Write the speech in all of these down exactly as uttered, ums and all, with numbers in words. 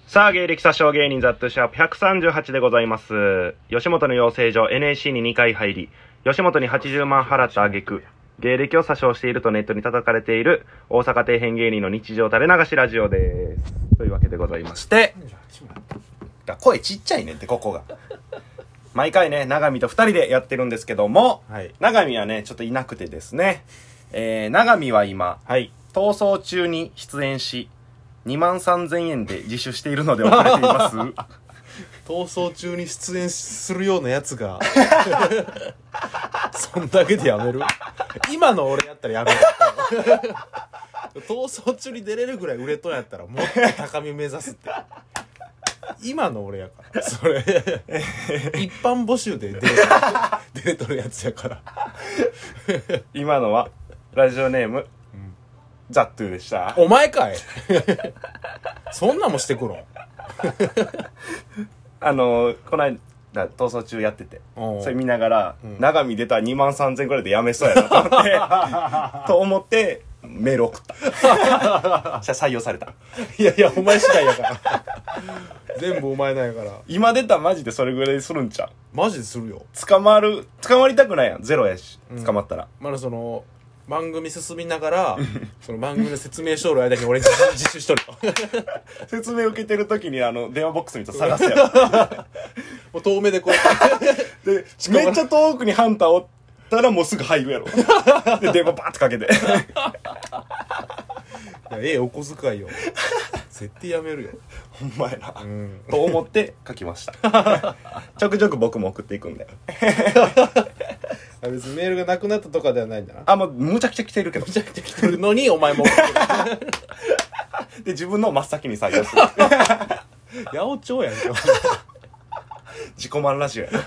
さあ芸歴詐称芸人ザットシャープひゃくさんじゅうはちでございます。吉本の養成所 エヌエーシー ににかい入り、吉本にはちじゅうまん払った挙句芸歴を詐称しているとネットに叩かれている大阪底辺芸人の日常垂れ流しラジオです。というわけでございまして、声ちっちゃいねってここが毎回ね永見とふたりでやってるんですけども、はい、永見はねちょっといなくてですね、えー、永見は今、はい、逃走中に出演しにまんさんぜんえんで自首しているので遅れています逃走中に出演するようなやつがそんだけでやめる？今の俺やったらやめる逃走中に出れるぐらい売れとんやったらもっと高み目指すって今の俺やからそれ一般募集で出れ出れとるやつやから今のはラジオネームザットゥーでした。 お前かいそんなんもしてくるんあのこの間逃走中やっててそれ見ながら、うん、長見出たらにまんさんぜんぐらいでやめそうやなと思ってと思ってメール送った採用された。 いやいやお前次第やから全部お前なんやから。 今出たらマジでそれぐらいするんちゃう？ マジでするよ。 捕まる捕まりたくないやん、ゼロやし、うん、捕まったらまだその番組進みながらその番組の説明書の間に俺自首しとる説明受けてる時にあの電話ボックスに探すやろもう遠目でこうやってでめっちゃ遠くにハンターおったらもうすぐ入るやろで電話バーってかけていやええお小遣いよ絶対やめるよほんまやな、うん、と思って書きましたちょくちょく僕も送っていくんで別にメールがなくなったとかではないんだな。 あ、もうむちゃくちゃ来てるけどむちゃくちゃ来てるのにお前も送ってるで自分の真っ先に採用する八百長やん今日自己満ラジオや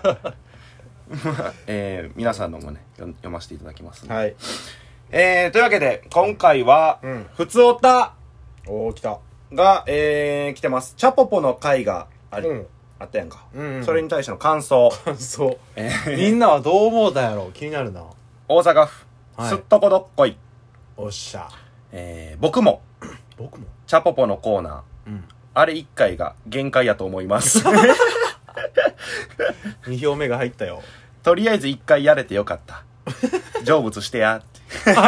えー、皆さんのもね読ませていただきますね。はい。えー、というわけで今回は、うん、ふつおたおー来たが、えー、来てます。チャポポの回があり、うんあったやんか、うんうん、それに対しての感想感想、えー、みんなはどう思うたんやろ気になるな。 大阪府、はい、すっとこどっこいおっしゃ、 えー、僕も僕もチャポポのコーナー、うん、あれいっかいが限界やと思いますに票目が入ったよ。 とりあえずいっかいやれてよかった成仏してやって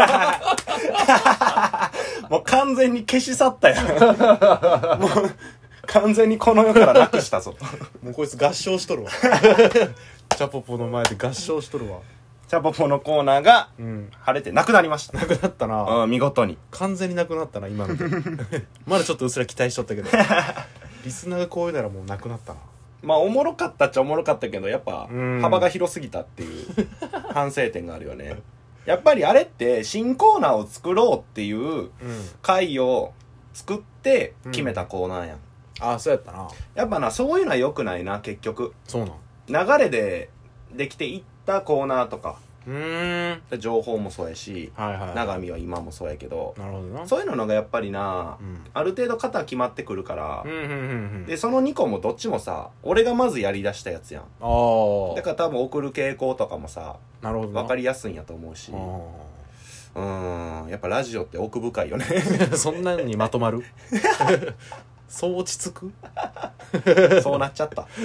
もう完全に消し去ったやんもう完全にこの世からなくしたぞもうこいつ合唱しとるわチャポポの前で合唱しとるわ。 チャポポのコーナーが晴れてなくなりました。 なくなったな、 うん、見事に完全になくなったな今のでまだちょっとうっすら期待しとったけどリスナーがこういうならもうなくなったな。 まあおもろかったっちゃおもろかったけどやっぱ幅が広すぎたっていう反省点があるよねやっぱりあれって新コーナーを作ろうっていう回を作って決めたコーナーやん、うんああそうやったな。 やっぱなそういうのは良くないな結局。 そうなん流れでできていったコーナーとかうーん情報もそうやし、 はいはいはい、 長見は今もそうやけど、 なるほどな。 そういうのがやっぱりな、うん、ある程度型決まってくるから、 うんうんうんうん、でそのにこもどっちもさ俺がまずやりだしたやつやん。あだから多分送る傾向とかもさなるほど分かりやすいんやと思うし、うーんやっぱラジオって奥深いよねそんなにまとまるそう落ち着くそうなっちゃった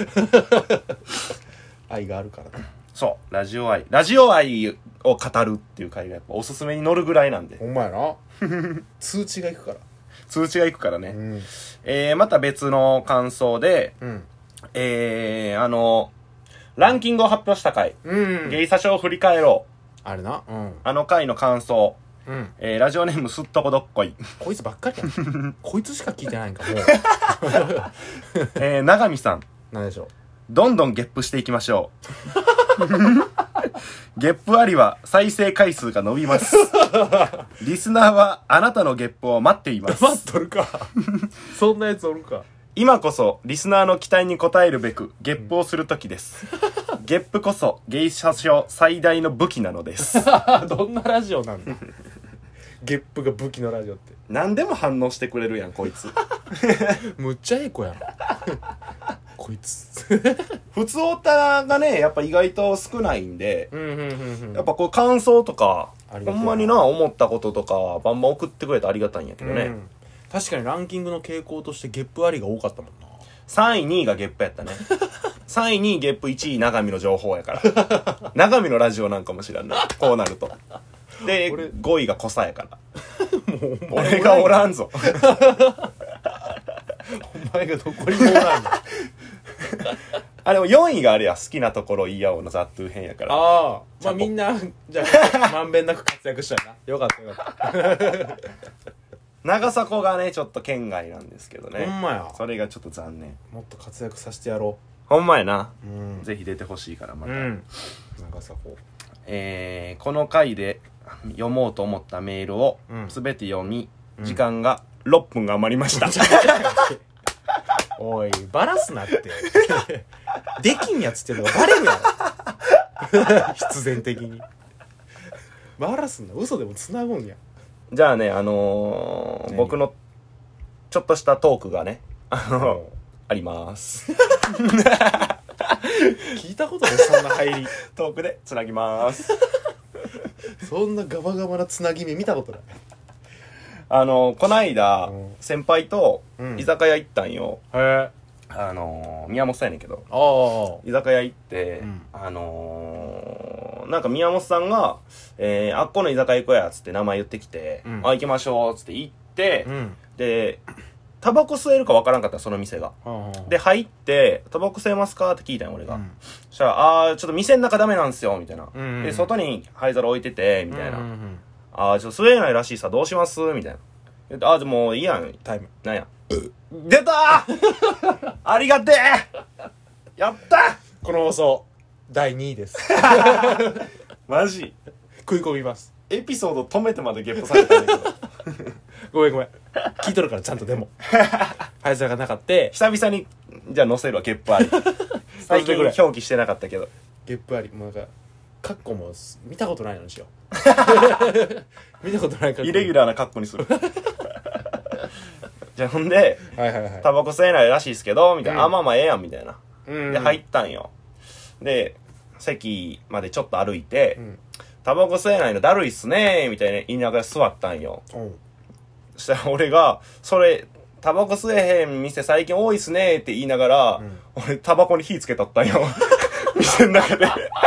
愛があるからね。 そうラジオ愛ラジオ愛を語るっていう回がやっぱおすすめに乗るぐらいなんで。 ほんまやな通知がいくから通知がいくからね、うんえー、また別の感想で、うん、えー、あのランキングを発表した回、うん、ゲイサショを振り返ろうあれな、うん、 あの回の感想うんえー、ラジオネームすっとこどっこいこいつばっかりやんこいつしか聞いてないんかもうえー、長見さん何でしょう。 どんどんゲップしていきましょうゲップありは再生回数が伸びますリスナーはあなたのゲップを待っています。 待っとるかそんなやつおるか。 今こそリスナーの期待に応えるべくゲップをする時ですゲップこそゲイサショ最大の武器なのですどんなラジオなんだゲップが武器のラジオって何でも反応してくれるやんこいつむっちゃええ子やんこいつ普通オタがねやっぱ意外と少ないんで、うんうんうんうん、やっぱこう感想とかほんまにな思ったこととかバンバン送ってくれてありがたいんやけどね、うん、 確かにランキングの傾向としてゲップありが多かったもんな。 さんいにいがゲップやったねさんいにいゲップ、いちい長見の情報やから長見のラジオなんかもしらんな、こうなると。でごいが濃さやからもう俺がおらんぞお前がどこにもおらんのあ、でもよんいがあれや、好きなところ言い合おうのザ・トゥー編やから。 ああ、まあみんなじゃあまんべんなく活躍したよな。よかったよかった長迫がねちょっと県外なんですけどね。 ほんまや。 それがちょっと残念。 もっと活躍させてやろほんまやな、 う。うん。 ぜひ出てほしいからまた、 うん。長迫。 えー、この回で読もうと思ったメールをうん全て読み、 うん時間がろっぷんが余りました、 おい、バラすなってできんやつっていうのがバレるやろ必然的にバラすな、嘘でも繋ぐんや。 じゃあね、あのー、 何僕のちょっとしたトークがねあのあります聞いたことない、そんな入り。 トークでつなぎますそんなガバガバなつなぎ目見たことない。 あのこないだうん先輩とうん居酒屋行ったんよ、 へえ。 あのー、宮本さんやねんけどああ。 居酒屋行って、 うんあのー、なんか宮本さんが、えー、あっこの居酒屋行こうやっつって名前言ってきて、 うんあ、行きましょうっつって行って、 うん。 でタバコ吸えるかわからんかったその店が。 はあ、 で入ってタバコ吸えますかって聞いたんよ俺が、 うんそしたら、あーちょっと店の中ダメなんすよみたいな、 うんうんで外に灰皿置いててみたいな、 うんうんうん、 あーちょっと吸えないらしいさどうしますみたいな。あーでもいいやん、 タイム。 なんや出たーありがてえやったこの放送だいにいですマジ食い込みます。 エピソード止めてまでゲップされたんだけどごめんごめん、聞いとるからちゃんと。でも灰皿がなかった久々にじゃあ載せるわゲップあり最近表記してなかったけどゲップあり。もうなんかカッコも見たことないのにしよう見たことないからイレギュラーな格好にするじゃあほんではいはいはい。 タバコ吸えないらしいっすけどみたいな、 うんあまあまあええやんみたいなうんで入ったんよ。で席までちょっと歩いて、 うんタバコ吸えないのだるいっすねーみたいな言いながら座ったんよ。 うんそしたら俺がそれタバコ吸えへん店最近多いっすねーって言いながら、 うん俺タバコに火つけとったんよ店の中で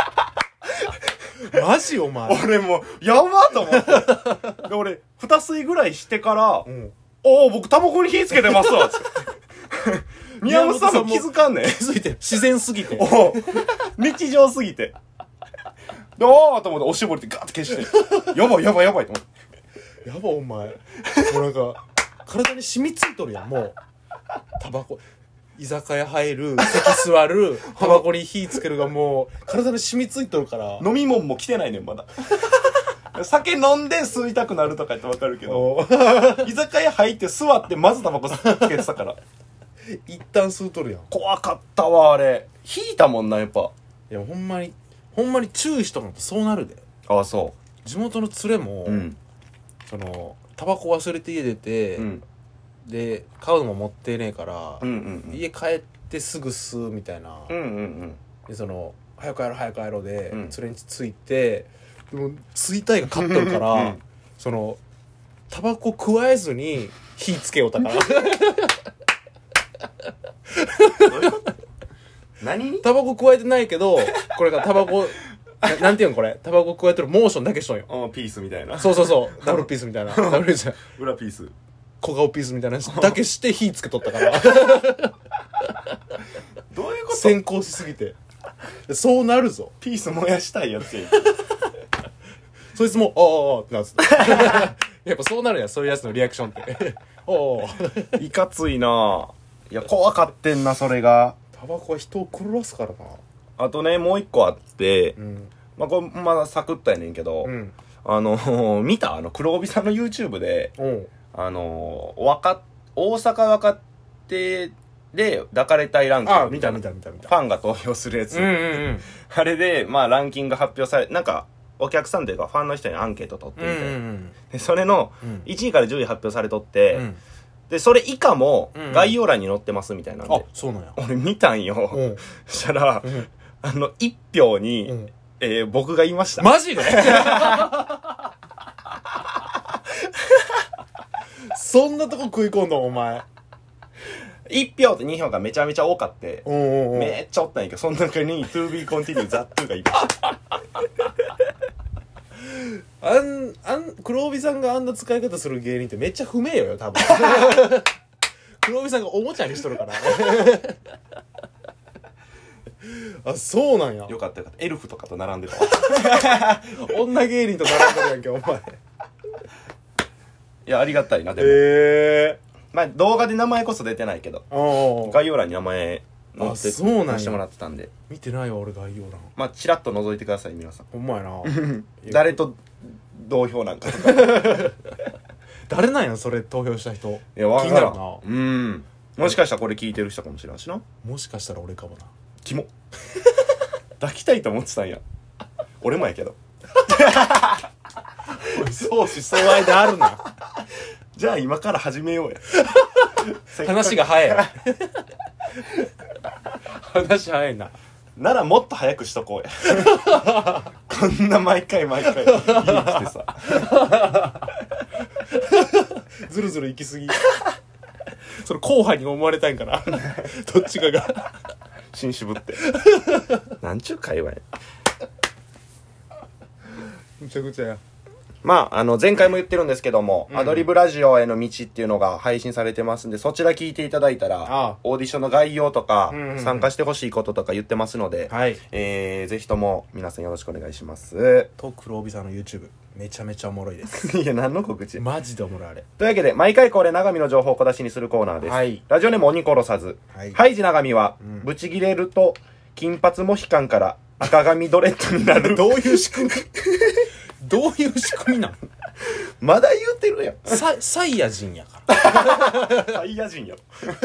マジお前。 俺もうやばーと思ってで俺二吸いぐらいしてから、 うんおお僕タバコに火つけてますわつって宮本さんも気づかんねん気づいてる。自然すぎて。 おう日常すぎてでおーと思っておしぼりでガーッて消してやばいやばいやばいと思ってやばお前。もうなんか体に染みついとるやん。もうタバコ居酒屋入る、席座る、タバコに火つけるがもう体に染みついとるから。 飲み物も来てないねんまだ酒飲んで吸いたくなるとかってわかるけどお居酒屋入って座ってまずタバコつけてたから一旦吸うとるやん。 怖かったわあれ引いたもんなやっぱ。 いやほんまにほんまに注意しとかんとそうなるで。 ああそ地元の連れも、 ううんそのタバコ忘れて家出て、 うんで買うのも持ってねえから、 うんうんうん家帰ってすぐ吸うみたいな、 うんうんうんでその早く帰ろう早く帰ろうで、 うん連れに着いてでも吸いたいが勝っとるから、 うんそのタバコ加えずに火つけようたから何にタバコ加えてないけどこれがタバコななんていうのこれタバコ加えてるモーションだけしとんよ。 あピースみたいなそうそうそうダブルピースみたいなダブルピース裏ピース小顔ピースみたいなだけして火つけとったからどういうこと先行しすぎてでそうなるぞ。 ピース燃やしたいやつやそいつも「ああああ」ってなってやっぱそうなるやんそういうやつのリアクションっておおいかついないや怖かってんなそれが。 タバコは人を狂わすからな。 あとねもう一個あって、 うんまあこれまだサクッとやねんけど、 うんあの見たあの黒帯さんの YouTube でおうあのわか大阪若手で抱かれたいランキンあ見たグみたいな見た見た見たファンが投票するやつ、 うんうんうんあれでまあランキング発表されなんかお客さんというかファンの人にアンケート取ってうんみたいな、 うんでそれのうんいちいからじゅうい発表されとって、 うんでそれ以下もうん概要欄に載ってますみたいなんで、 あそうなんや俺見たんよ、 うんそしたら、 うんあのいち票に、 うんえー僕がいました。 マジでそんなとこ食い込んだお前。 いち票とに票がめちゃめちゃ多かって、 おうおうおうめっちゃおったんやけど、その中に to be continued that to がいましたあん、あん、黒帯さんがあんな使い方する芸人ってめっちゃ不名誉よ、多分。黒帯さんがおもちゃにしとるから。あ、そうなんや。 よかったよかった。エルフとかと並んでた女芸人と並んでるやんけ、お前。 いや、ありがたいな、でも。 へえまあ、動画で名前こそ出てないけど、 ー。おー概要欄に名前載あってそうなんや載せてもらってたんで、 見てないわ、俺概要欄。 まあ、チラッと覗いてください、皆さん。 ほんまやな。 誰と同票なんかとか。 誰なんや、それ投票した人。 いや、わ気からん。 になるな。 うん。もしかしたらこれ聞いてる人かもしれんしな。 もしかしたら俺かもな。 キモ。抱きたいと思ってたんや。俺もやけど。 相思相愛であるな。 じゃあ今から始めようや。 話が早い。話早いな。 ならもっと早くしとこうや。こんな毎回毎回家に来てさ。 ずるずる行き過ぎ。それ後輩に思われたいんかな。どっちかが。 紳士ぶって。なんちゅう会話や。 むちゃくちゃや。 まあ、あの、前回も言ってるんですけども、 うんアドリブラジオへの道っていうのが配信されてますんで、そちら聞いていただいたら、 ああオーディションの概要とか、 うんうんうん参加してほしいこととか言ってますので、 はい。 えー、ぜひとも皆さんよろしくお願いします。 と黒帯さんの YouTube めちゃめちゃおもろいです。 いや、何の告知マジでおもろいあれ。 というわけで、毎回恒例長見の情報を小出しにするコーナーです。 はいラジオネーム鬼殺さず。 はいハイジ長見は、 うんブチギレると、金髪モヒカンから赤髪ドレッドになる。 どういう仕組みどういう仕組みなの。 まだ言うてるやん。 ササイヤ人やから。 サイヤ人やろ。